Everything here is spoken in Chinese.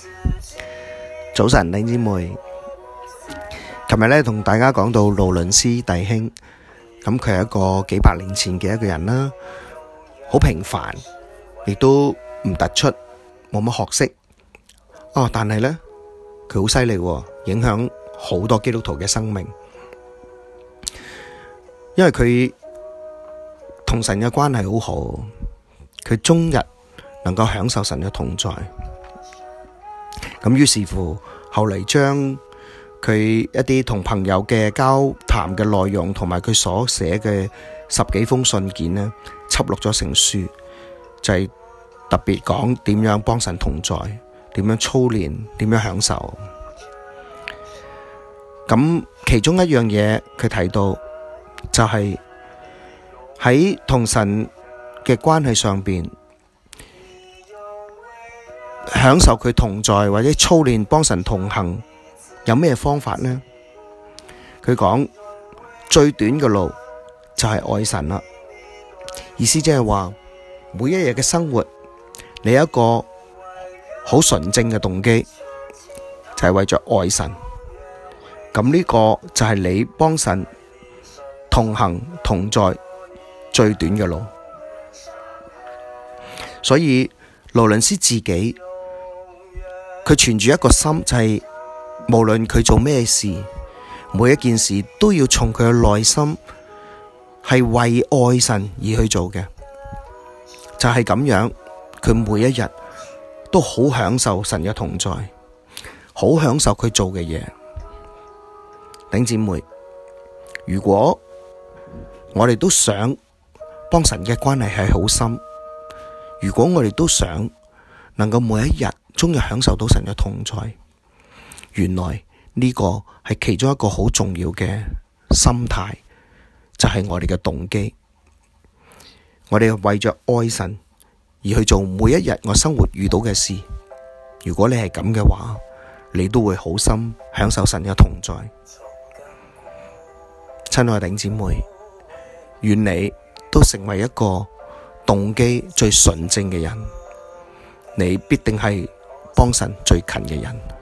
早晨，弟兄姊妹。琴日咧同大家講到勞倫斯弟兄，咁佢係一個幾百年前嘅一個人啦，好平凡，亦都唔突出，冇乜學識。但係咧佢好犀利，影響好多基督徒嘅生命，因為佢同神嘅關係好好，佢終日能夠享受神嘅同在。咁於是乎，後嚟將佢一啲同朋友嘅交談嘅內容，同埋佢所寫嘅10幾封信件呢，輯錄咗成書，就係特別講點樣幫神同在，點樣操練，點樣享受。咁其中一樣嘢佢提到，就係喺同神嘅關係上邊，享受佢同在或者操練幫神同行，有咩方法呢？佢講最短嘅路就係愛神啦。意思即係話，每一日嘅生活，你有一個好純正嘅動機，就係為咗愛神。咁呢個就係你幫神同行同在最短嘅路。所以勞倫斯自己，佢存住一個心，就係無論佢做咩事，每一件事都要從佢嘅內心係為愛神而去做嘅。就係咁樣，佢每一日都好享受神嘅同在，好享受佢做嘅嘢。弟兄姊妹，如果我哋都想幫神嘅關係係好深，如果我哋都想能夠每一日終日享受到神嘅同在，原來呢個係其中一個好重要嘅心態，就係我哋嘅動機。我哋為着愛神而去做每一日我生活遇到嘅事。如果你係咁嘅話，你都會好心享受神嘅同在。親愛的弟兄姊妹，願你都成為一個動機最純正嘅人，你必定係幫神最近嘅人。